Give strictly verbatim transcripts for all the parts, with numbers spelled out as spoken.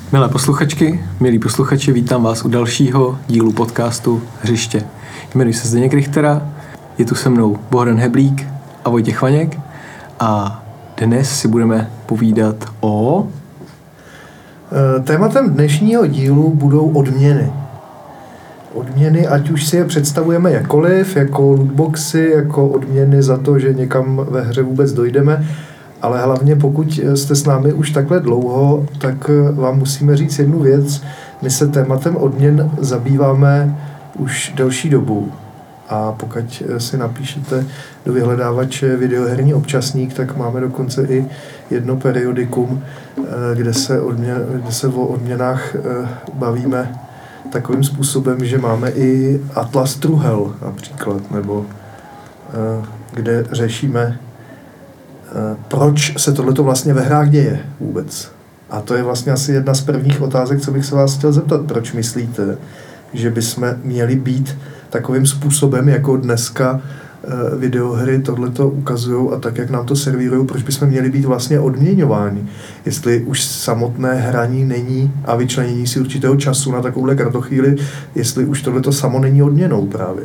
Milé posluchačky, milí posluchači, vítám vás u dalšího dílu podcastu Hřiště. Jmenuji se Zdeněk Richtera, je tu se mnou Bohdan Heblík a Vojtěch Vaněk a dnes si budeme povídat o... Tématem dnešního dílu budou odměny. Odměny, ať už si je představujeme jakkoliv, jako lootboxy, jako odměny za to, že někam ve hře vůbec dojdeme, ale hlavně pokud jste s námi už takhle dlouho, tak vám musíme říct jednu věc. My se tématem odměn zabýváme už delší dobu. A pokud si napíšete do vyhledávače videoherní občasník, tak máme dokonce i jedno periodikum, kde se, odměn, kde se o odměnách bavíme takovým způsobem, že máme i Atlas Truhel například, nebo kde řešíme, proč se tohleto vlastně ve hrách děje vůbec. A to je vlastně asi jedna z prvních otázek, co bych se vás chtěl zeptat. Proč myslíte, že bychom měli být takovým způsobem, jako dneska videohry tohleto ukazujou a tak, jak nám to servírují, proč bychom měli být vlastně odměňováni? Jestli už samotné hraní není a vyčlenění si určitého času na takovouhle kratochvíli, jestli už tohleto samo není odměnou právě.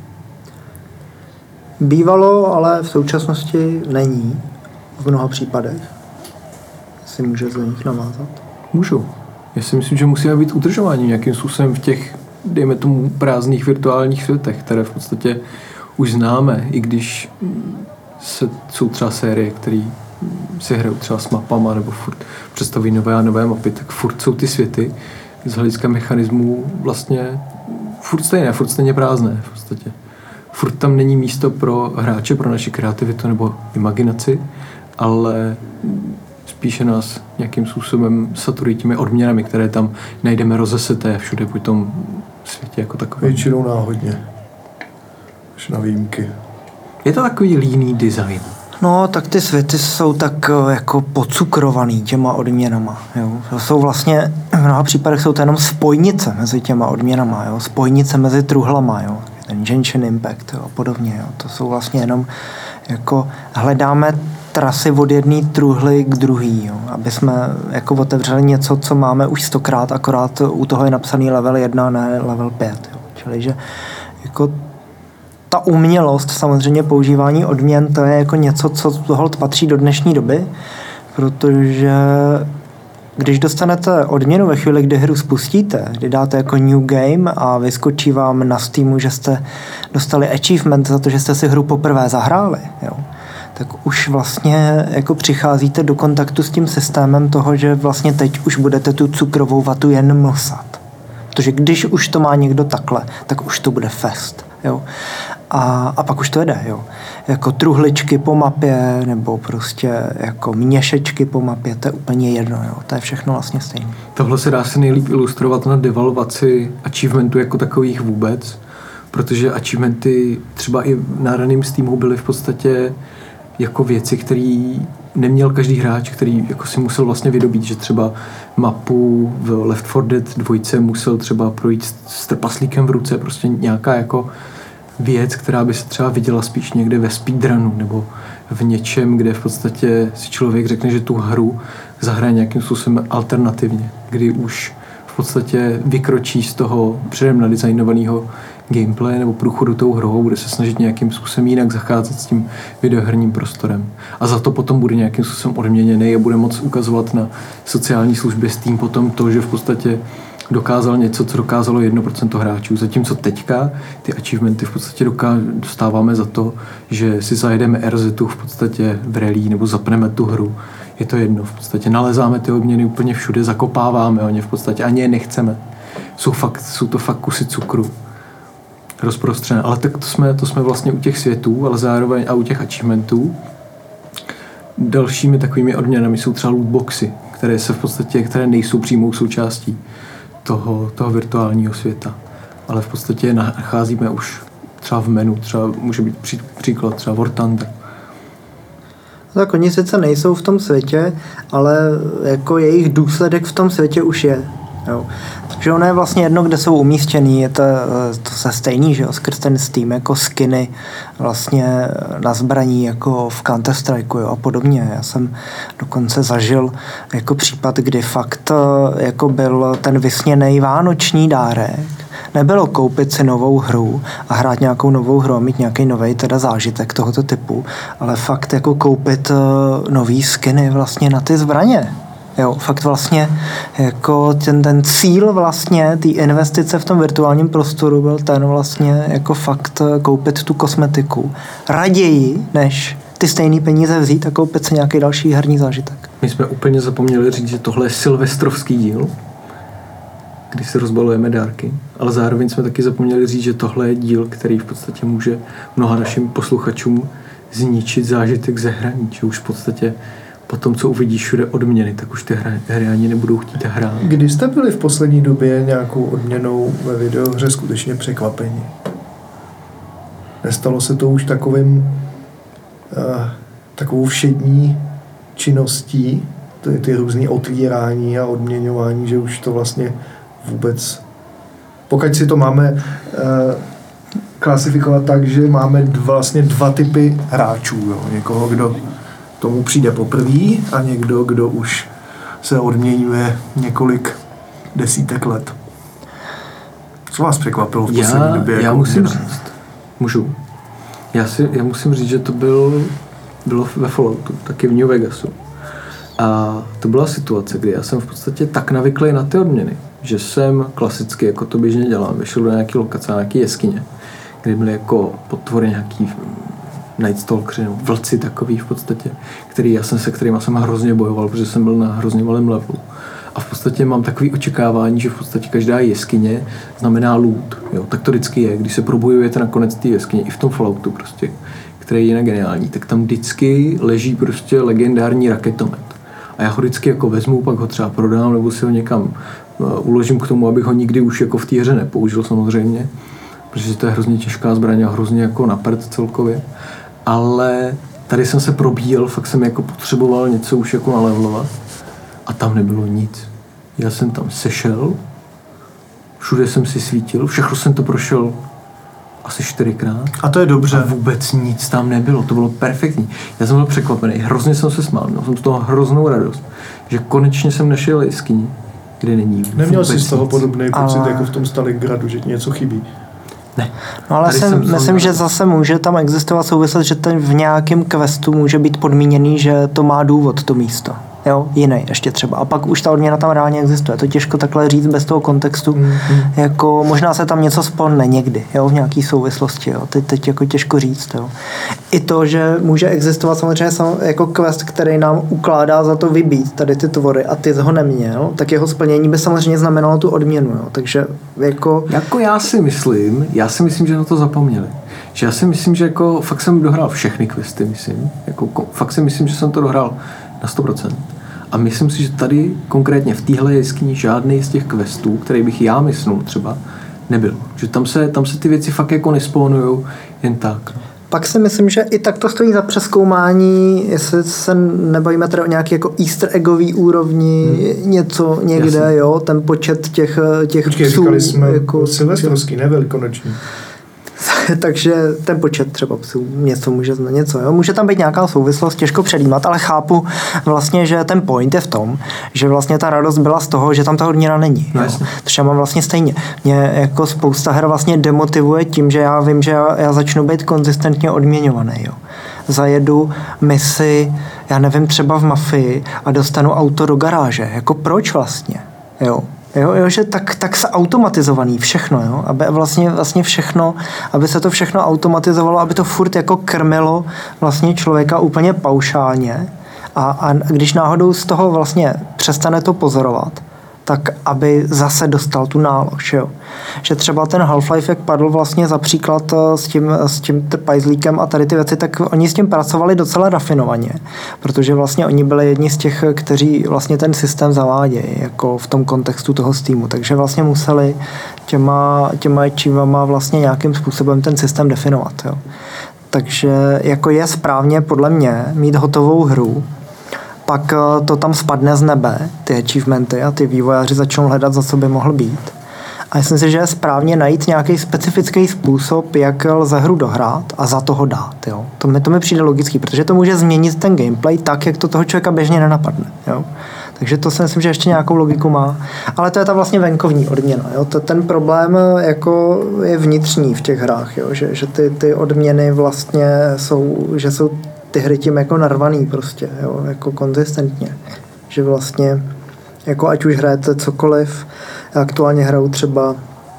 Bývalo, ale v současnosti není v mnoha případech. Si může z nich navázat? Můžu. Já si myslím, že musíme být udržováni nějakým způsobem v těch, dejme tomu, prázdných virtuálních světech, které v podstatě už známe, i když se, jsou třeba série, které si hrajou třeba s mapama nebo furt představují nové a nové mapy, tak furt jsou ty světy z hlediska mechanismů vlastně furt stejné, furt stejně prázdné v podstatě. Furt tam není místo pro hráče, pro naši kreativitu nebo imaginaci, ale spíše nás nějakým způsobem saturují těmi odměnami, které tam najdeme rozeseté všude po tom světě jako takovém. Většinou náhodně. Až na výjimky. Je to takový líný design. No, tak ty světy jsou tak jako pocukrovaný těma odměnama. Jo. Jsou vlastně, v mnoha případech jsou to jenom spojnice mezi těma odměnama, jo. Spojnice mezi truhlama, jo. Ten Genshin Impact, jo, a podobně. Jo. To jsou vlastně jenom jako hledáme trasy od jedné truhly k druhý, jo. Aby jsme jako otevřeli něco, co máme už stokrát, akorát u toho je napsaný level jedna, ne level pět. Jo. Čili, že jako ta umělost, samozřejmě používání odměn, to je jako něco, co holt patří do dnešní doby, protože když dostanete odměnu ve chvíli, kdy hru spustíte, kdy dáte jako new game a vyskočí vám na Steamu, že jste dostali achievement za to, že jste si hru poprvé zahráli, jo, tak už vlastně jako přicházíte do kontaktu s tím systémem toho, že vlastně teď už budete tu cukrovou vatu jen mlsat. Protože když už to má někdo takhle, tak už to bude fest. Jo. A, a pak už to jede, jo. Jako truhličky po mapě, nebo prostě jako měšečky po mapě, to je úplně jedno, jo. To je všechno vlastně stejné. Tohle se dá se nejlíp ilustrovat na devalvaci achievementů jako takových vůbec, protože achievementy třeba i na raném Steamu byly v podstatě jako věci, které neměl každý hráč, který jako si musel vlastně vydobít, že třeba mapu v Left four Dead dva musel třeba projít s trpaslíkem v ruce, prostě nějaká jako věc, která by se třeba viděla spíš někde ve speedrunu nebo v něčem, kde v podstatě si člověk řekne, že tu hru zahraje nějakým způsobem alternativně, kdy už v podstatě vykročí z toho předem nadizajnovaného gameplay nebo průchodu tou hrou, bude se snažit nějakým způsobem jinak zacházet s tím videoherním prostorem. A za to potom bude nějakým způsobem odměněný a bude moct ukazovat na sociální službě Steam potom to, že v podstatě dokázal něco, co dokázalo jedno procento hráčů. Zatímco teďka ty achievementy v podstatě doká- dostáváme za to, že si zajedeme R Z v podstatě v rally nebo zapneme tu hru. Je to jedno. V podstatě nalezáme ty odměny úplně všude, zakopáváme o ně v podstatě, ani je nechceme. Jsou, fakt, jsou to fakt kusy cukru rozprostřené. Ale tak to jsme, to jsme vlastně u těch světů, ale zároveň a u těch achievementů. Dalšími takovými odměnami jsou třeba lootboxy, které se v podstatě, které nejsou přímou součástí toho, toho virtuálního světa. Ale v podstatě je nacházíme už třeba v menu, třeba může být pří, příklad třeba War Thunder. Tak oni sice nejsou v tom světě, ale jako jejich důsledek v tom světě už je. Jo. Takže ono je vlastně jedno, kde jsou umístěný, je to, to se stejný, že jo, skrz ten Steam, jako skiny vlastně na zbraní, jako v Counter-Strike, jo, a podobně. Já jsem dokonce zažil jako případ, kdy fakt jako byl ten vysněnej vánoční dárek. Nebylo koupit si novou hru a hrát nějakou novou hru a mít nějaký nový teda zážitek tohoto typu, ale fakt jako koupit nový skiny vlastně na ty zbraně. Jo, fakt vlastně jako ten, ten cíl vlastně té investice v tom virtuálním prostoru byl ten vlastně jako fakt koupit tu kosmetiku. Raději, než ty stejné peníze vzít a koupit si nějaký další herní zážitek. My jsme úplně zapomněli říct, že tohle je silvestrovský díl, kdy si rozbalujeme dárky, ale zároveň jsme taky zapomněli říct, že tohle je díl, který v podstatě může mnoha našim posluchačům zničit zážitek ze hraní, že už v podstatě po tom, co uvidíš všude odměny, tak už ty hry, hry ani nebudou chtít hrát. Kdy jste byli v poslední době nějakou odměnou ve videohře skutečně překvapení? Nestalo se to už takovým uh, takovou všední činností, ty, ty různý otvírání a odměňování, že už to vlastně vůbec... Pokud si to máme uh, klasifikovat tak, že máme dva, vlastně dva typy hráčů. Jo? Někoho, kdo tomu přijde poprvé a někdo, kdo už se odměňuje několik desítek let. Co vás překvapilo v poslední já, době? Já jako musím odměna? říct, můžu. Já, si, já musím říct, že to byl, bylo ve Falloutu, taky v New Vegasu. A to byla situace, kdy já jsem v podstatě tak navyklý na ty odměny, že jsem klasicky, jako to běžně dělám, vyšel do nějaké lokace, nějaké jeskyně, kde byly jako potvory nějaký Night Stalkeři, nebo vlci takový v podstatě, který já jsem se kterýma jsem hrozně bojoval, protože jsem byl na hrozně malém levelu. A v podstatě mám takový očekávání, že v podstatě každá jeskyně znamená loot. Jo? Tak to vždycky je, když se probojujete na konec té jeskyně, i v tom Falloutu prostě, který je jinak geniální, tak tam vždycky leží prostě legendární raketomet. A já ho vždycky jako vezmu, pak ho třeba prodám, nebo si ho někam uh, uložím k tomu, abych ho nikdy už jako v té hře nepoužil samozřejmě, protože to je hrozně těžká zbraň a hrozně jako na prd celkově. Ale tady jsem se probíjel, fakt jsem jako potřeboval něco už jako nalevelovat a tam nebylo nic. Já jsem tam sešel, všude jsem si svítil, všechno jsem to prošel asi čtyřikrát. A to je dobře. A vůbec nic tam nebylo, to bylo perfektní. Já jsem byl překvapený, hrozně jsem se smál, měl jsem z toho hroznou radost, že konečně jsem našel jeskyni, kde není Neměl jsi z toho nic. podobný pocit Ale... jako v tom Stalingradu, že ti něco chybí? Ne. No ale jsem, jsem myslím, jsem... že zase může tam existovat souvislost, že ten v nějakém questu může být podmíněný, že to má důvod, to místo. Jo, jiný ještě třeba. A pak už ta odměna tam reálně existuje. To těžko takhle říct bez toho kontextu. Mm-hmm. Jako možná se tam něco spolne někdy, jo, v nějaký souvislosti. Jo. Teď, teď jako těžko říct. Jo. I to, že může existovat samozřejmě jako quest, který nám ukládá za to vybít tady ty tvory a ty ho neměl, tak jeho splnění by samozřejmě znamenalo tu odměnu. Jo. Takže jako... Jako já si myslím, já si myslím, že na to zapomněli. Že já si myslím, že jako fakt jsem dohrál všechny questy, myslím. Jako, fakt si myslím, že jsem to dohrál na sto procent. A myslím si, že tady konkrétně v téhle jeskyni žádný z těch questů, který bych já myslel třeba, nebyl. Že tam se, tam se ty věci fakt jako nespoonujou jen tak. Pak si myslím, že i tak to stojí za přezkoumání, jestli se nebavíme teda o nějaký jako easter eggový úrovni, hmm. něco někde, jasně. Jo, ten počet těch, těch Počkej, psů. říkali jsme jako silvestrovský, ne velikonoční. Takže ten počet třeba psů něco může znamenat něco. Jo? Může tam být nějaká souvislost, těžko předjímat, ale chápu vlastně, že ten point je v tom, že vlastně ta radost byla z toho, že tam ta odměna není. No, takže já mám vlastně stejně. Mě jako spousta her vlastně demotivuje tím, že já vím, že já, já začnu být konzistentně odměňovaný. Jo? Zajedu misi, já nevím, třeba v Mafii a dostanu auto do garáže. Jako proč vlastně? Jo? Jo, jo, že tak, tak se automatizovaný všechno, jo, aby vlastně, vlastně všechno, aby se to všechno automatizovalo, aby to furt jako krmilo vlastně člověka úplně paušálně a, a když náhodou z toho vlastně přestane to pozorovat, tak aby zase dostal tu nálož, jo. Že třeba ten Half-Life, jak padl vlastně za příklad s tím, s tím pajzlíkem a tady ty věci, tak oni s tím pracovali docela rafinovaně, protože vlastně oni byli jedni z těch, kteří vlastně ten systém zavádějí, jako v tom kontextu toho Steamu, takže vlastně museli těma, těma achievama vlastně nějakým způsobem ten systém definovat, jo. Takže jako je správně podle mě mít hotovou hru pak to tam spadne z nebe, ty achievementy, a ty vývojáři začnou hledat, za co by mohl být. A myslím si, že je správně najít nějaký specifický způsob, jak lze hru dohrát a za toho dát. Jo. To, mi, to mi přijde logický, protože to může změnit ten gameplay tak, jak to toho člověka běžně nenapadne. Jo. Takže to si myslím, že ještě nějakou logiku má. Ale to je ta vlastně venkovní odměna. Jo. To, ten problém jako je vnitřní v těch hrách, jo. Že, že ty, ty odměny vlastně jsou, že jsou ty hry tím jako narvaný prostě, jo. Jako konzistentně. Že vlastně jako ať už hrajete cokoliv, aktuálně hraju třeba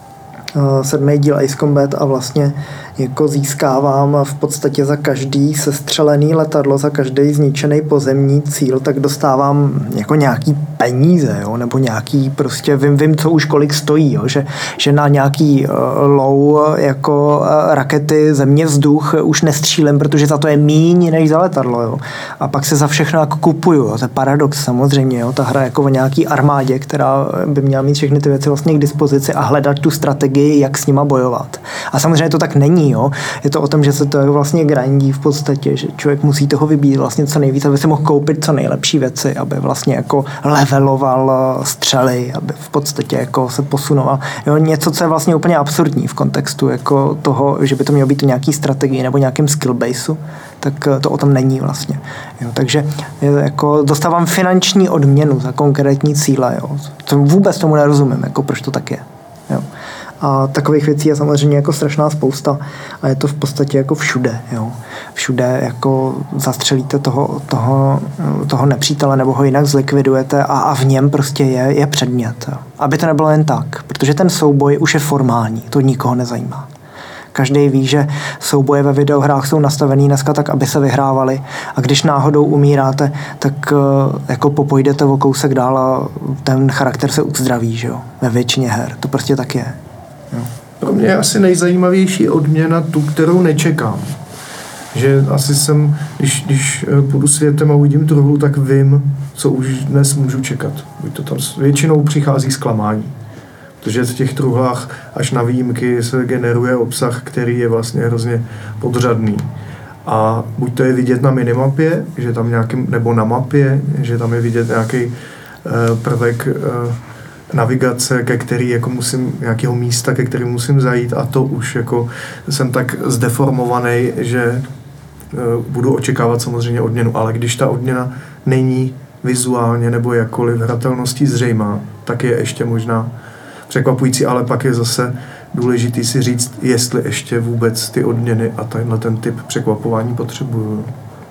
uh, sedmý díl Ace Combat a vlastně jako získávám v podstatě za každý sestřelený letadlo, za každý zničený pozemní cíl, tak dostávám jako nějaký peníze, jo, nebo nějaký prostě, vím, vím, co už kolik stojí, jo, že, že na nějaký uh, low jako uh, rakety země vzduch už nestřílím, protože za to je míň než za letadlo, jo. A pak se za všechno jako kupuju, jo. To je paradox samozřejmě, jo. Ta hra jako o nějaký armádě, která by měla mít všechny ty věci vlastně k dispozici a hledat tu strategii, jak s nima bojovat. A samozřejmě to tak není. Jo. Je to o tom, že se to vlastně grindí v podstatě, že člověk musí toho vybít vlastně co nejvíc, aby si mohl koupit co nejlepší věci, aby vlastně jako leveloval střely, aby v podstatě jako se posunoval. Jo, něco, co je vlastně úplně absurdní v kontextu jako toho, že by to mělo být nějaký strategii nebo nějakým skill baseu, tak to o tom není vlastně. Jo, takže jako dostávám finanční odměnu za konkrétní cíle. Jo. Vůbec tomu nerozumím, jako proč to tak je. Jo. A takových věcí je samozřejmě jako strašná spousta a je to v podstatě jako všude. Jo. Všude jako zastřelíte toho, toho, toho nepřítele nebo ho jinak zlikvidujete a, a v něm prostě je, je předmět. Jo. Aby to nebylo jen tak, protože ten souboj už je formální, to nikoho nezajímá. Každý ví, že souboje ve videohrách jsou nastavený dneska tak, aby se vyhrávali a když náhodou umíráte, tak jako popojdete o kousek dál a ten charakter se uzdraví, že jo, ve většině her. To prostě tak je. Jo. Pro mě je asi nejzajímavější odměna tu, kterou nečekám. Že asi jsem, když, když půjdu světem a uvidím truhlu, tak vím, co už dnes můžu čekat. Buď to tam většinou přichází zklamání. Protože v těch truhlách až na výjimky se generuje obsah, který je vlastně hrozně podřadný. A buď to je vidět na minimapě, že tam nějaký, nebo na mapě, že tam je vidět nějaký uh, prvek uh, navigace, ke který jako musím, nějakého místa, ke kterému musím zajít a to už jako jsem tak zdeformovaný, že uh, budu očekávat samozřejmě odměnu, ale když ta odměna není vizuálně nebo jakkoliv v hratelnosti zřejmá, tak je ještě možná překvapující, ale pak je zase důležitý si říct, jestli ještě vůbec ty odměny a tenhle ten typ překvapování potřebuju.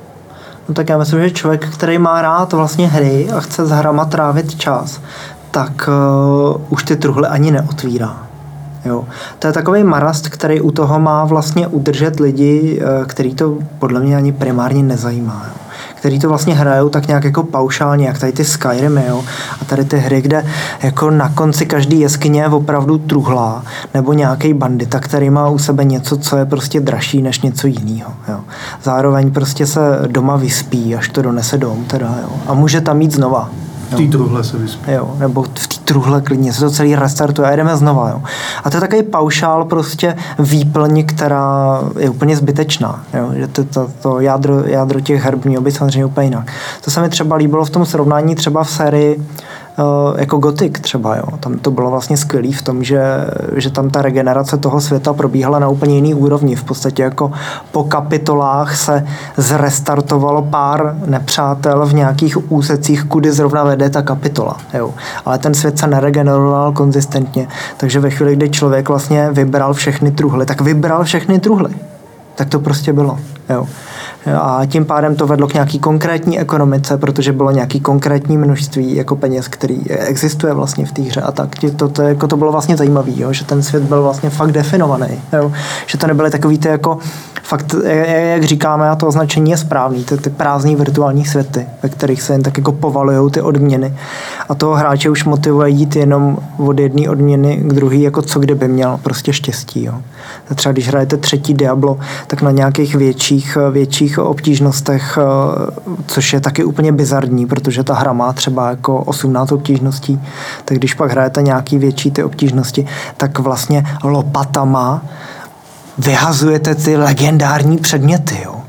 No tak já myslím, že člověk, který má rád vlastně hry a chce s hrama trávit čas, tak uh, už ty truhly ani neotvírá. Jo. To je takový marast, který u toho má vlastně udržet lidi, uh, který to podle mě ani primárně nezajímá. Jo. Který to vlastně hrajou tak nějak jako paušálně, jak tady ty Skyrimy, jo, a tady ty hry, kde jako na konci každý jeskyně je opravdu truhlá, nebo nějaký bandita, který má u sebe něco, co je prostě dražší než něco jiného, jo. Zároveň prostě se doma vyspí, až to donese dom, teda, jo, a může tam jít znova. V té truhle se vyspí. Jo, nebo v té truhle klidně se to celý restartuje a jdeme znova. Jo. A to je takový paušál prostě výplň, která je úplně zbytečná. Jo. Že to, to, to jádro, jádro těch her mělo být samozřejmě úplně jinak. To se mi třeba líbilo v tom srovnání třeba v sérii jako Gothic třeba, jo. Tam to bylo vlastně skvělý v tom, že, že tam ta regenerace toho světa probíhala na úplně jiný úrovni. V podstatě jako po kapitolách se zrestartovalo pár nepřátel v nějakých úsecích, kudy zrovna vede ta kapitola, jo. Ale ten svět se neregeneroval konzistentně, takže ve chvíli, kdy člověk vlastně vybral všechny truhly, tak vybral všechny truhly. Tak to prostě bylo, jo. A tím pádem to vedlo k nějaký konkrétní ekonomice, protože bylo nějaký konkrétní množství jako peněz, který existuje vlastně v té hře a tak. To, to, jako to bylo vlastně zajímavé, že ten svět byl vlastně fakt definovaný. Jo? Že to nebyly takový ty jako fakt, jak říkáme, a to označení je správný, ty, ty prázdný virtuální světy, ve kterých se jen tak jako povalujou ty odměny. A toho hráče už motivuje jít jenom od jedné odměny k druhé, jako co kdyby měl prostě štěstí. Jo? Třeba když hrajete třetí Diablo, tak na nějakých větších, větších obtížnostech, což je taky úplně bizarní, protože ta hra má třeba jako osmnáct obtížností, tak když pak hrajete nějaký větší ty obtížnosti, tak vlastně lopatama vyhazujete ty legendární předměty, jo.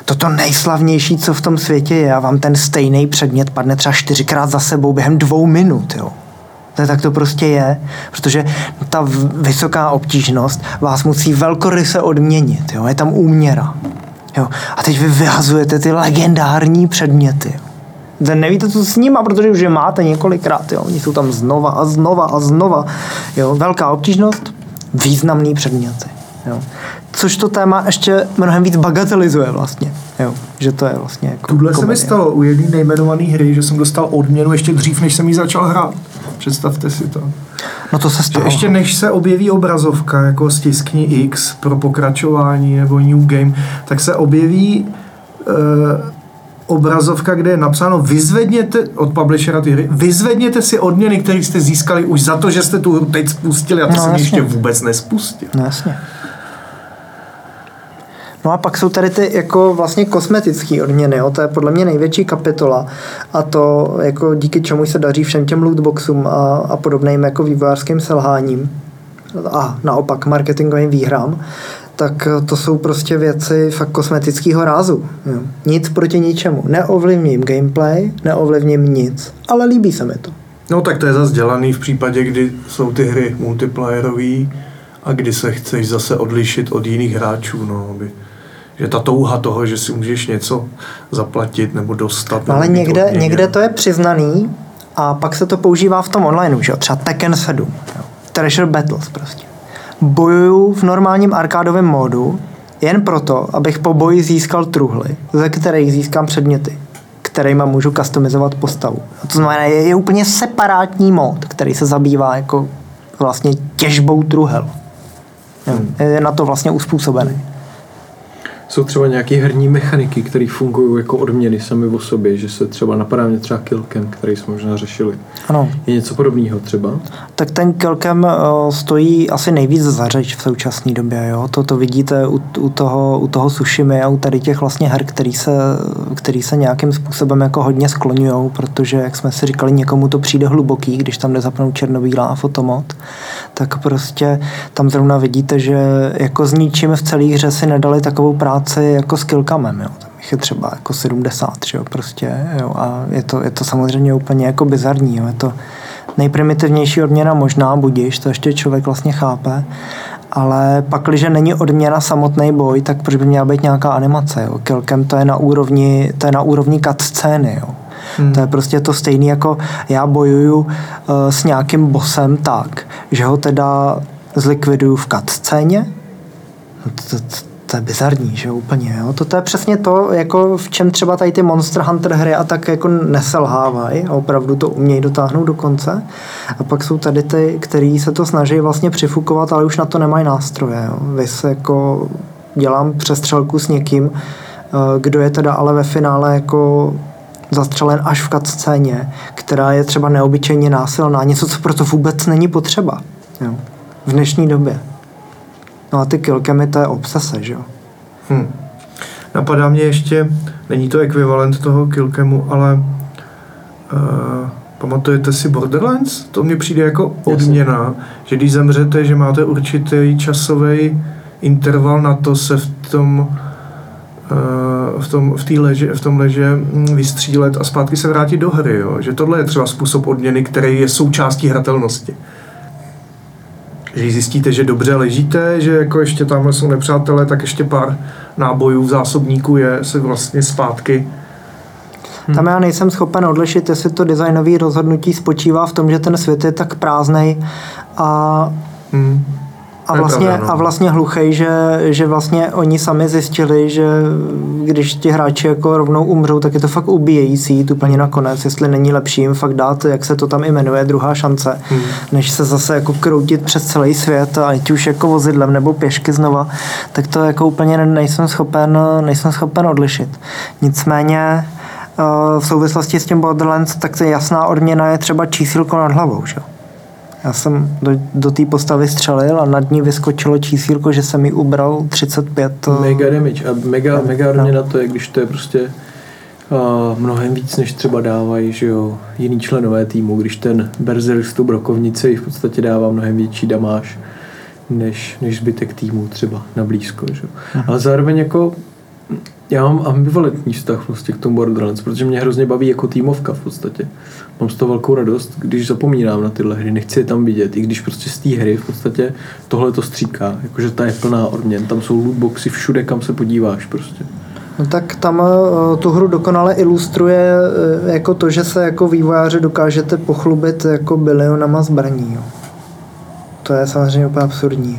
toto nejslavnější, co v tom světě je, a vám ten stejný předmět padne třeba čtyřikrát za sebou během dvou minut, jo. To tak to prostě je, protože ta vysoká obtížnost vás musí velkoryse odměnit, jo. Je tam úměra, jo. A teď vy vyhazujete ty legendární předměty, jo. Ten nevíte, co s nima, protože už je máte několikrát, jo. Oni jsou tam znova a znova a znova, jo. Velká obtížnost, významný předměty, jo. Což to téma ještě mnohem víc bagatelizuje vlastně, jo. Že to je vlastně jako Tuhle komedie. se mi stalo u jedné nejmenované hry, že jsem dostal odměnu ještě dřív, než jsem ji začal hrát. Představte si to. No to se stalo. Že ještě než se objeví obrazovka jako stiskni X pro pokračování nebo New Game, tak se objeví uh, obrazovka, kde je napsáno vyzvedněte od publishera ty hry, vyzvedněte si odměny, které jste získali už za to, že jste tu hru teď spustili a to no, jsem jasně. ještě vůbec nespustil. No jasně. No a pak jsou tady ty jako vlastně kosmetické odměny, jo? To je podle mě největší kapitola a to jako díky čemu se daří všem těm lootboxům a, a podobným jako vývojářským selháním a naopak marketingovým výhrám, tak to jsou prostě věci fakt kosmetického rázu. Jo? Nic proti ničemu. Neovlivním gameplay, neovlivním nic, ale líbí se mi to. No tak to je zase dělaný v případě, kdy jsou ty hry multiplayerový a kdy se chceš zase odlišit od jiných hráčů, no, aby, že ta touha toho, že si můžeš něco zaplatit nebo dostat. Ale nebo někde, někde to je přiznaný a pak se to používá v tom onlineu, že jo? Třeba Tekken sedm, jo? Treasure Battles prostě. Bojuju v normálním arkádovém módu jen proto, abych po boji získal truhly, ze kterých získám předměty, kterýma můžu customizovat postavu. A to znamená, je, je úplně separátní mód, který se zabývá jako vlastně těžbou truhel. Jo? Je na to vlastně uspůsobený. Jsou třeba nějaké herní mechaniky, které fungují jako odměny sami o sobě, že se třeba napadá mě třeba Killcam, který jsme možná řešili. Ano. Je něco podobného třeba? Tak ten Killcam uh, stojí asi nejvíc za řeč v současné době. Jo? To, to vidíte u, u toho, u toho Sushimy a u tady těch vlastně her, který se, který se nějakým způsobem jako hodně skloňujou, protože, jak jsme si říkali, někomu to přijde hluboký, když tam jde zapnout černobílá a fotomod, tak prostě tam zrovna vidíte, že jako s ničím v celé hře si nedali takovou práci jako s Killcamem, jo. Tam je třeba jako sedmdesát, jo, prostě, jo, a je to, je to samozřejmě úplně jako bizarní, jo. Je to nejprimitivnější odměna možná, budiš, to ještě člověk vlastně chápe, ale pak, když není odměna samotný boj, tak proč by měla být nějaká animace, jo. Killcam to je na úrovni, to je na úrovni cutscény, jo. Hmm. To je prostě to stejný, jako já bojuju uh, s nějakým bossem tak, že ho teda zlikviduju v cutscéně. No to, to, to je bizarní, že úplně, jo. To, to je přesně to, jako v čem třeba tady ty Monster Hunter hry a tak jako neselhávají a opravdu to umějí dotáhnout do konce. A pak jsou tady ty, který se to snaží vlastně přifukovat, ale už na to nemají nástroje, jo. Vy se jako dělám přestřelku s někým, uh, kdo je teda ale ve finále jako zastřelen až v cutscéně, která je třeba neobyčejně násilná, něco, co proto vůbec není potřeba, jo, v dnešní době. No a ty Killcamy, to je obsese, že jo? Hmm. Napadá mě ještě, není to ekvivalent toho Killcamu, ale uh, pamatujete si Borderlands? To mně přijde jako odměna, že když zemřete, že máte určitý časový interval na to se v tom uh, v tom, v té leže, v tom leže vystřílet a zpátky se vrátit do hry, jo? Že tohle je třeba způsob odměny, který je součástí hratelnosti. Když zjistíte, že dobře ležíte, že jako ještě tamhle jsou nepřátelé, tak ještě pár nábojů v zásobníku je se vlastně zpátky. Hm. Tam já nejsem schopen odlišit, jestli to designové rozhodnutí spočívá v tom, že ten svět je tak prázdnej a, hm. a, vlastně, pravda, no. a vlastně hluchej, že, že vlastně oni sami zjistili, že když ti hráči jako rovnou umřou, tak je to fakt ubíjející jít úplně nakonec, jestli není lepší jim fakt dát, jak se to tam jmenuje, druhá šance, hmm. než se zase jako kroutit přes celý svět, ať už jako vozidlem nebo pěšky znova, tak to jako úplně nejsem schopen, nejsem schopen odlišit. Nicméně v souvislosti s tím Borderlands, tak to jasná odměna je třeba čísílko nad hlavou, že? Já jsem do, do té postavy střelil a nad ní vyskočilo čísílko, že jsem jí ubral třicet pět. Mega damage a mega, mega odměna to je, když to je prostě uh, mnohem víc, než třeba dávají, že jo, jiný členové týmu, když ten Berserk s tou brokovnicí v podstatě dává mnohem větší damáž, než, než zbytek týmu třeba na blízko, že jo. Ale zároveň jako Já mám ambivalentní vztah vlastně k tomu Borderlands, protože mě hrozně baví jako týmovka v podstatě. Mám z toho velkou radost, když zapomínám na tyhle hry, nechci je tam vidět, i když prostě z té hry v podstatě tohle to stříká, jakože ta je plná odměn, tam jsou lootboxy všude, kam se podíváš prostě. No tak tam uh, tu hru dokonale ilustruje uh, jako to, že se jako vývojáři dokážete pochlubit jako bilionama zbraní. Jo. To je samozřejmě úplně absurdní.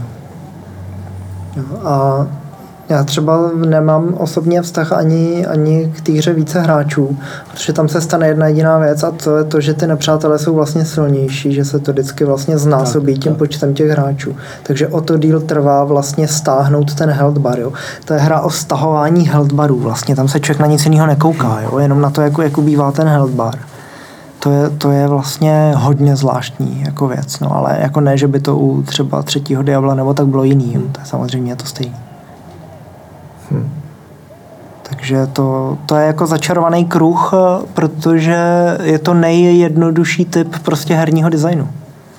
Jo. A já třeba nemám osobně vztah ani, ani k té hře více hráčů, protože tam se stane jedna jediná věc a to je to, že ty nepřátelé jsou vlastně silnější, že se to vždycky vlastně znásobí tak, tím tak. počtem těch hráčů. Takže o to díl trvá vlastně stáhnout ten health bar. Jo. To je hra o stahování health barů. Vlastně tam se člověk na nic jiného nekouká, jo. Jenom na to, jak, jak ubývá ten health bar. To je, to je vlastně hodně zvláštní jako věc, no, ale jako ne, že by to u třeba třetího Diabla nebo tak bylo jiný. Hmm. To je samozřejmě to stejné. Hmm. Takže to, to je jako začarovaný kruh, protože je to nejjednodušší typ prostě herního designu.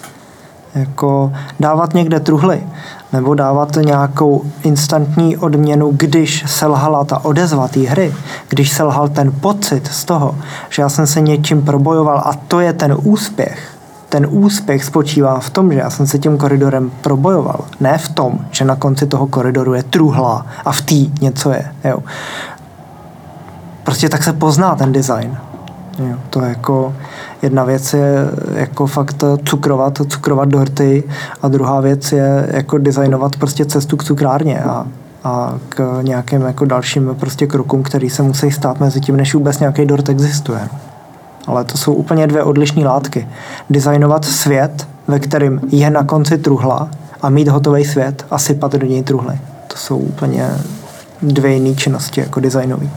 Jako dávat někde truhly nebo dávat nějakou instantní odměnu, když selhala ta odezva té hry, když selhal ten pocit z toho, že já jsem se něčím probojoval a to je ten úspěch. Ten úspěch spočívá v tom, že já jsem se tím koridorem probojoval. Ne v tom, že na konci toho koridoru je truhla a v tý něco je. Jo. Prostě tak se pozná ten design. Jo. To je jako jedna věc je jako fakt cukrovat, cukrovat dorty a druhá věc je jako designovat prostě cestu k cukrárně a, a k nějakým jako dalším prostě krokům, který se musí stát mezi tím, než vůbec nějaký dort existuje. Ale to jsou úplně dvě odlišné látky. Designovat svět, ve kterém je na konci truhla a mít hotový svět a sypat do něj truhly. To jsou úplně dvě jiné činnosti jako designový.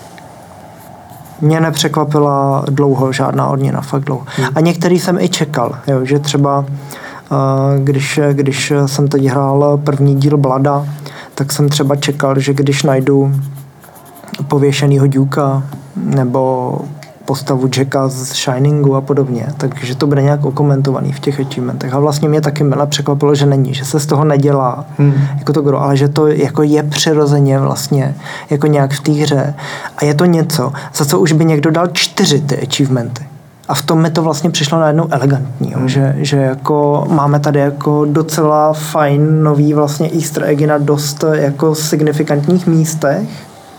Mě nepřekvapila dlouho žádná odměna, fakt dlouho. Hmm. A některý jsem i čekal, jo, že třeba když, když jsem teď hrál první díl Blada, tak jsem třeba čekal, že když najdu pověšenýho Duka nebo postavu Jacka z Shiningu a podobně, takže to bude nějak okomentovaný v těch achievementech. A vlastně mě taky mile překvapilo, že není, že se z toho nedělá hmm. jako to gro, ale že to jako je přirozeně vlastně jako nějak v té hře a je to něco, za co už by někdo dal čtyři ty achievementy. A v tom mi to vlastně přišlo najednou elegantní, hmm. že, že jako máme tady jako docela fajn nový vlastně easter eggy na dost jako signifikantních místech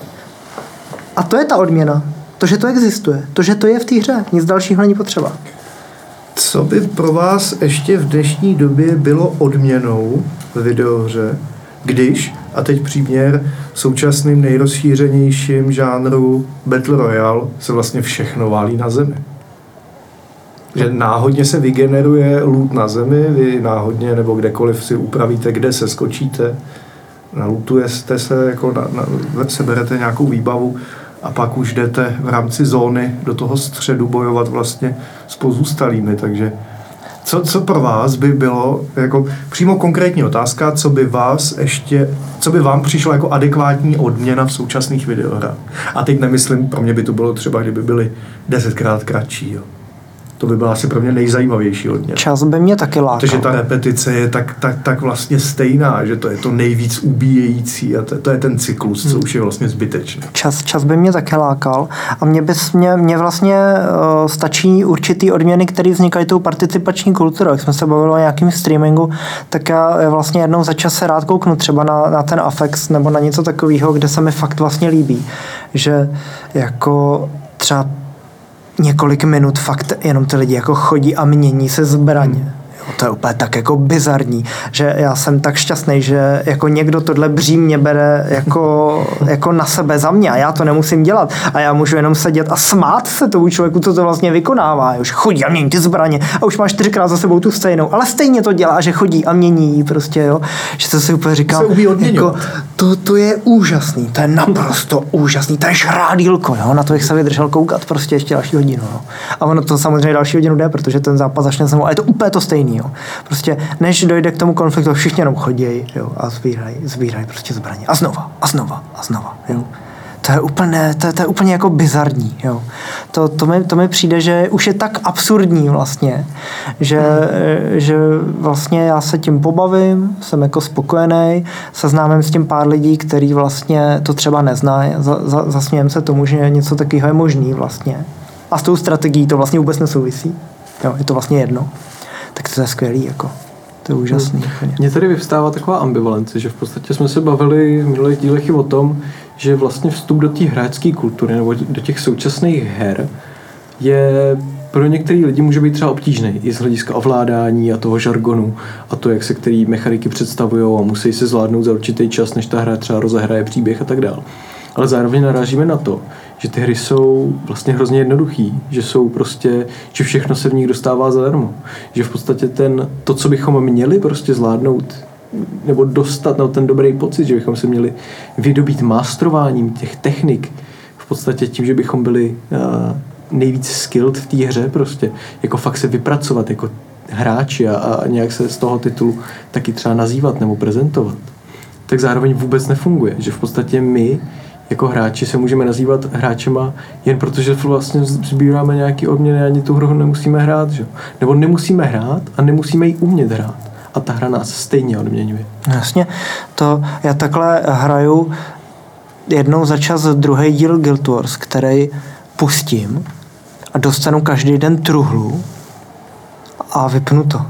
a to je ta odměna. To, že to existuje. To, že to je v té hře. Nic dalšího není potřeba. Co by pro vás ještě v dnešní době bylo odměnou v videohře, když, a teď příměr, v současným nejrozšířenějším žánru Battle Royale se vlastně všechno válí na zemi. Že náhodně se vygeneruje loot na zemi, vy náhodně nebo kdekoliv si upravíte, kde se skočíte, nalootujete se, jako na, na, seberete nějakou výbavu, a pak už jdete v rámci zóny do toho středu bojovat vlastně s pozůstalými, takže co, co pro vás by bylo, jako přímo konkrétní otázka, co by vás ještě, co by vám přišlo jako adekvátní odměna v současných videohrách. A teď nemyslím, pro mě by to bylo třeba, kdyby byly desetkrát kratší, jo. To by byla asi pro mě nejzajímavější odměna. Čas by mě taky lákal. Protože ta repetice je tak, tak, tak vlastně stejná, že to je to nejvíc ubíjející a to, to je ten cyklus, co hmm. už je vlastně zbytečný. Čas, čas by mě taky lákal a mě, bys, mě, mě vlastně uh, stačí určitý odměny, které vznikají tou participační kulturou. Jak jsme se bavili o nějakým streamingu, tak já vlastně jednou za čas se rád kouknu třeba na, na ten Afex nebo na něco takového, kde se mi fakt vlastně líbí. Že jako třeba několik minut fakt jenom ty lidi jako chodí a mění se zbraně. Hmm. Jo, to je úplně tak jako bizarní, že já jsem tak šťastný, že jako někdo tohle břímě bere jako, jako na sebe za mě a já to nemusím dělat a já můžu jenom sedět a smát se tomu člověku, co to vlastně vykonává. Jo, že chodí a mění ty zbraně a už máš čtyřikrát za sebou tu stejnou, ale stejně to dělá, že chodí a mění prostě, jo. Že to si úplně říkám, jako, to, to je úžasný, to je naprosto úžasný, to je žrádílko, jo, na to bych se vydržel koukat prostě ještě další hodinu, jo. A ono to samozřejmě další hodinu jde, protože ten zápas začne znovu, ale je to úplně to stejný, jo. Prostě než dojde k tomu konfliktu, všichni jenom chodí, jo, a sbírají, sbírají prostě zbraně. A znova, a znova, a znova, jo. To je úplně, to, to je úplně jako bizarní. Jo. To, to, mi, to mi přijde, že už je tak absurdní vlastně, že, hmm. že vlastně já se tím pobavím, jsem jako spokojený, seznámím s tím pár lidí, který vlastně to třeba neznají, za, za, zasmějem se tomu, že něco takového je možný vlastně. A s tou strategií to vlastně vůbec nesouvisí. Jo, je to vlastně jedno. Tak to je skvělý, jako. To je úžasný. Hmm. Mně tady vyvstává taková ambivalence, že v podstatě jsme se bavili v minulých dílech i o tom, že vlastně vstup do té hráčské kultury nebo do těch současných her je pro některý lidi může být třeba obtížný i z hlediska ovládání a toho žargonu a to, jak se který mechaniky představují a musí se zvládnout za určitý čas, než ta hra třeba rozehraje příběh a tak dále. Ale zároveň narážíme na to, že ty hry jsou vlastně hrozně jednoduchý, že jsou prostě, že všechno se v nich dostává zadarmo. Že v podstatě ten, to, co bychom měli prostě zvládnout nebo dostat na ten dobrý pocit, že bychom se měli vydobít mástrováním těch technik, v podstatě tím, že bychom byli uh, nejvíc skilled v té hře prostě, jako fakt se vypracovat jako hráči a, a nějak se z toho titulu taky třeba nazývat nebo prezentovat, tak zároveň vůbec nefunguje, že v podstatě my jako hráči se můžeme nazývat hráčema jen protože vlastně sbíráme nějaký odměny a ani tu hru nemusíme hrát, že? Nebo nemusíme hrát a nemusíme ji umět hrát. A ta hra nás stejně odměňuje. Jasně. To já takhle hraju jednou za čas druhý díl Guild Wars, který pustím a dostanu každý den truhlu a vypnu to.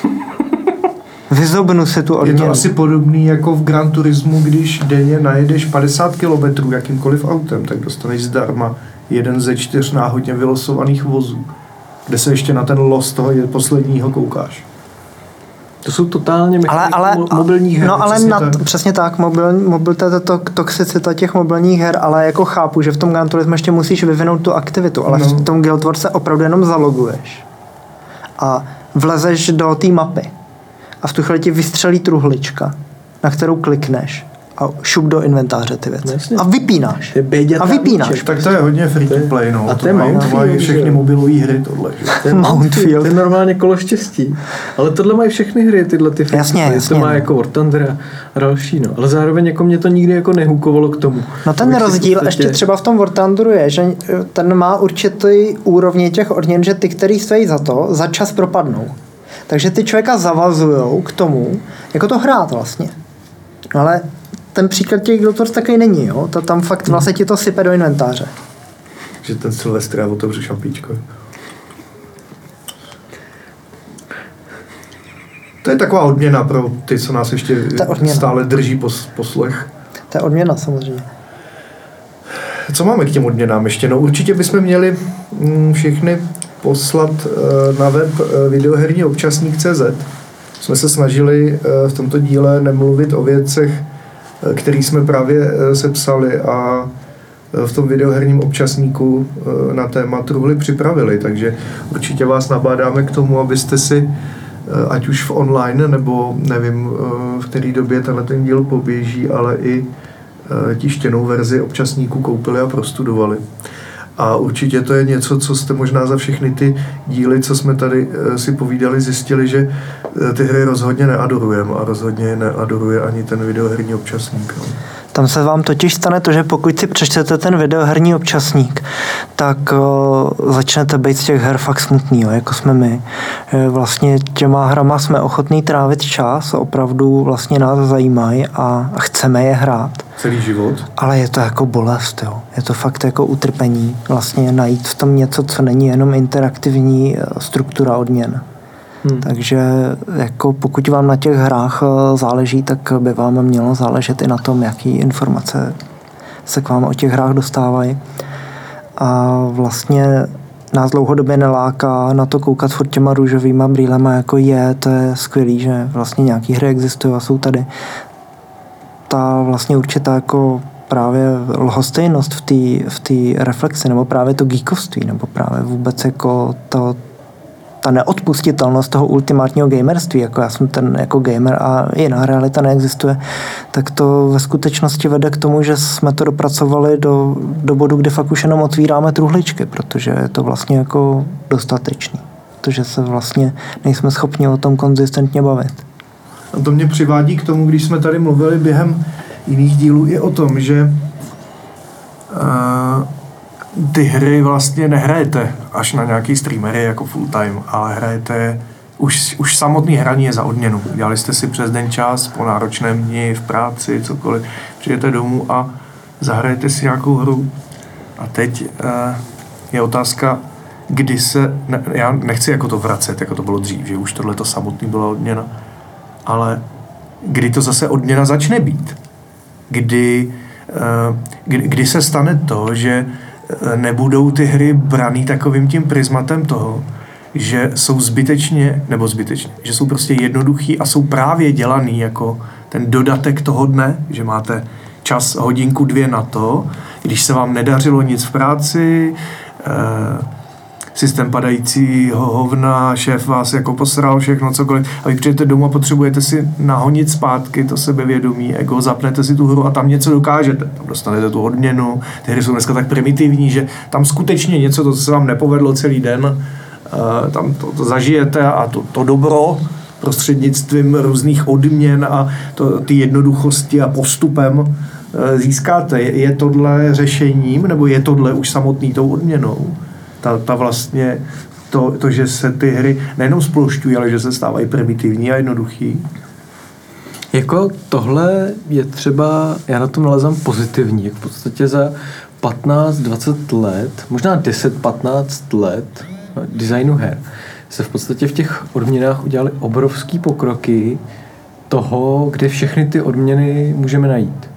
Vyzobnu se tu odměnu. Je to asi podobný jako v Gran Turismu, když denně najedeš padesát kilometrů jakýmkoliv autem, tak dostaneš zdarma jeden ze čtyř náhodně vylosovaných vozů, kde se ještě na ten los toho posledního koukáš. To jsou totálně ale, ale, mobilních her. No ale přesně, na, tak. přesně tak, mobil, mobil to je to toxicita těch mobilních her, ale jako chápu, že v tom Gran Turismu ještě musíš vyvinout tu aktivitu, ale no. v tom Guild Wars se opravdu jenom zaloguješ a vlezeš do té mapy a v tu chvíli ti vystřelí truhlička, na kterou klikneš a šup do inventáře ty věci. Jasně. A vypínáš. A vypínáš. Tak to je hodně free to play, no. A to, to mají mají všechny mobilové hry, tohle. To je Mountfield. To je normálně kolo štěstí. Ale tohle mají všechny hry, tyhle ty free jasně, play. jasně, to má jako War Thunder a další, no. Ale zároveň jako mě to nikdy jako nehukovalo k tomu. No ten rozdíl podstatě... ještě třeba v tom War Thunderu je, že ten má určitý úrovně těch odměn, že ty, který stojí za to, za čas propadnou. Takže ty člověka zavazujou k tomu, jako to hrát vlastně. No ale ten příklad těch Guild Wars takový není, jo? To tam fakt vlastně ti to sype do inventáře. Že ten Silvestr já otevřu šampíčko. To je taková odměna pro ty, co nás ještě stále drží pos, poslech. To je odměna samozřejmě. Co máme k těm odměnám ještě? No určitě bychom měli mm, všechny poslat uh, na web uh, videoherní občasník tečka cé zet. Jsme se snažili uh, v tomto díle nemluvit o věcech, uh, které jsme právě uh, sepsali a uh, v tom videoherním občasníku uh, na téma truhly připravili, takže určitě vás nabádáme k tomu, abyste si uh, ať už v online, nebo nevím, uh, v které době tenhle ten díl poběží, ale i uh, tištěnou verzi občasníku koupili a prostudovali. A určitě to je něco, co jste možná za všechny ty díly, co jsme tady e, si povídali, zjistili, že e, ty hry rozhodně neadorujeme a rozhodně neadoruje ani ten videoherní občasník. No. Tam se vám totiž stane to, že pokud si přečtete ten videoherní občasník, tak o, začnete být z těch her fakt smutný, jo, jako jsme my. E, vlastně těma hrama jsme ochotní trávit čas, opravdu vlastně nás zajímají a, a chceme je hrát. Celý život. Ale je to jako bolest, jo. Je to fakt jako utrpení. Vlastně najít v tom něco, co není jenom interaktivní struktura odměn. Hmm. Takže jako pokud vám na těch hrách záleží, tak by vám mělo záležet i na tom, jaký informace se k vám o těch hrách dostávají. A vlastně nás dlouhodobě neláká na to koukat furt těma růžovýma brýlema, jako je, to je skvělý, že vlastně nějaký hry existují a jsou tady. Ta vlastně určitá jako právě lhostejnost v té v té reflexi, nebo právě to geekovství, nebo právě vůbec jako to, ta neodpustitelnost toho ultimátního gamerství, jako já jsem ten jako gamer a jiná realita neexistuje, tak to ve skutečnosti vede k tomu, že jsme to dopracovali do, do bodu, kde fakt už jenom otvíráme truhličky, protože je to vlastně jako dostatečný. Protože se vlastně nejsme schopni o tom konzistentně bavit. A to mě přivádí k tomu, když jsme tady mluvili během jiných dílů i o tom, že ty hry vlastně nehrajete až na nějaký streamery jako full time, ale hrajete už, už samotný hraní je za odměnu. Dělali jste si přes den čas, po náročném dni, v práci, cokoliv. Přijete domů a zahrajete si nějakou hru. A teď je otázka, kdy se, ne, já nechci jako to vracet, jako to bylo dřív, že už tohle to samotný byla odměna, ale kdy to zase odměna začne být. Kdy, kdy, kdy se stane to, že nebudou ty hry braný takovým tím prismatem toho, že jsou zbytečně, nebo zbytečně, že jsou prostě jednoduchý a jsou právě dělaný jako ten dodatek toho dne, že máte čas, hodinku, dvě na to, když se vám nedařilo nic v práci, eh, systém padajícího hovna, šéf vás jako posral, všechno, cokoliv, a vy přijete domů a potřebujete si nahonit zpátky to sebevědomí, ego, zapnete si tu hru a tam něco dokážete. Tam dostanete tu odměnu, ty hry jsou dneska tak primitivní, že tam skutečně něco, to, co se vám nepovedlo celý den, eh, tam to, to zažijete a to, to dobro prostřednictvím různých odměn a to, ty jednoduchosti a postupem eh, získáte. Je, je tohle řešením, nebo je tohle už samotný tou odměnou? Ta, ta vlastně, to, to, že se ty hry nejenom splošťují, ale že se stávají primitivní a jednoduchý. Jako tohle je třeba, já na tom nalezám pozitivní, jak v podstatě za patnáct dvacet let, možná deset patnáct let designu her se v podstatě v těch odměnách udělaly obrovský pokroky toho, kde všechny ty odměny můžeme najít.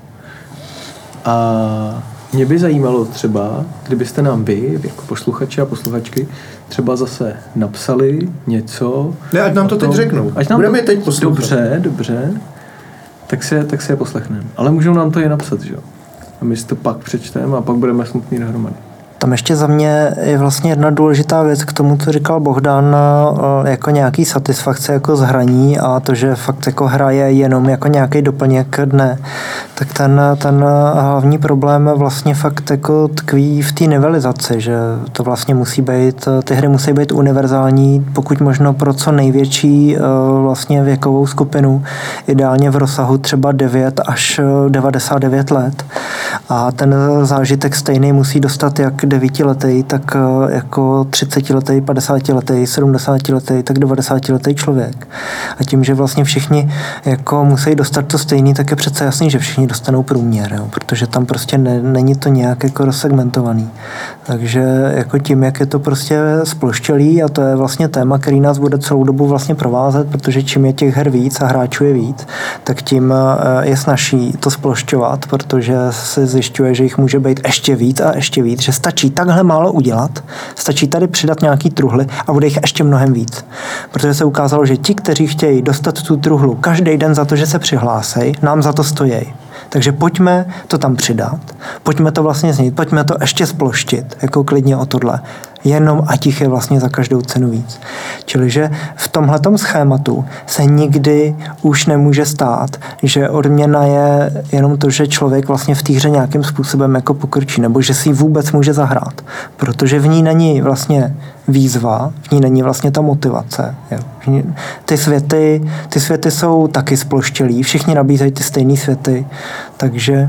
A mě by zajímalo třeba, kdybyste nám vy, jako posluchači a posluchačky, třeba zase napsali něco. Ne, ať nám to teď řeknou. Ať nám Budeme to, teď poslouchat. Dobře, dobře. Tak se, tak se je poslechneme. Ale můžou nám to je napsat, že jo? A my si to pak přečteme a pak budeme smutný dohromady. Tam ještě za mě je vlastně jedna důležitá věc k tomu, co říkal Bohdan, jako nějaký satisfakce jako z hraní a to, že fakt jako hra je jenom jako nějaký doplněk dne. Tak ten, ten hlavní problém vlastně fakt jako tkví v té nivelizaci, že to vlastně musí být, ty hry musí být univerzální, pokud možno pro co největší vlastně věkovou skupinu, ideálně v rozsahu třeba devět až devadesát devět let. A ten zážitek stejný musí dostat jak devítiletý, tak jako třicetiletý, padesátiletý, sedmdesátiletý, tak devadesátiletý člověk. A tím, že vlastně všichni jako musí dostat to stejný, tak je přece jasný, že všichni dostanou průměr, jo? Protože tam prostě ne, není to nějak jako rozsegmentovaný. Takže jako tím, jak je to prostě sploštělý a to je vlastně téma, který nás bude celou dobu vlastně provázet, protože čím je těch her víc a hráčů je víc, tak tím je snazší to splošťovat, protože se zjišťuje, že jich může být ještě víc a ještě víc, že stačí takhle málo udělat, stačí tady přidat nějaký truhly a bude jich ještě mnohem víc. Protože se ukázalo, že ti, kteří chtějí dostat tu truhlu každý den za to, že se přihlásejí, nám za to stojí. Takže pojďme to tam přidat, pojďme to vlastně změnit, pojďme to ještě sploštit, jako klidně o tohle. Jenom ať jich je vlastně za každou cenu víc. Čili, že v tomhletom schématu se nikdy už nemůže stát, že odměna je jenom to, že člověk vlastně v té hře nějakým způsobem jako pokrčí, nebo že si ji vůbec může zahrát. Protože v ní není vlastně výzva, v ní není vlastně ta motivace. Jo. Ty světy, ty světy jsou taky sploštělí, všichni nabízejí ty stejné světy, takže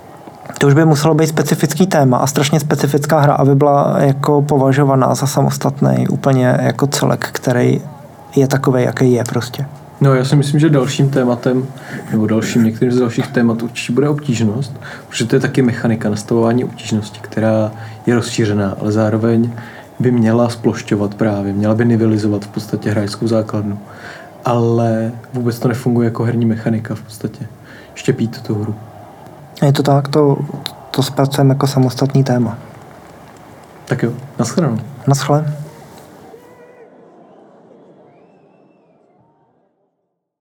to už by muselo být specifický téma a strašně specifická hra, aby byla jako považovaná za samostatný úplně jako celek, který je takovej, jaký je prostě. No, já si myslím, že dalším tématem, nebo dalším některým z dalších témat určitě bude obtížnost, protože to je taky mechanika nastavování obtížnosti, která je rozšířená, ale zároveň by měla splošťovat právě, měla by nivelizovat v podstatě hráčskou základnu. Ale vůbec to nefunguje jako herní mechanika v podstatě. Štěpí to tu hru. Je to tak, to, to zpracujeme jako samostatný téma. Tak jo, naschledanou. Naschle.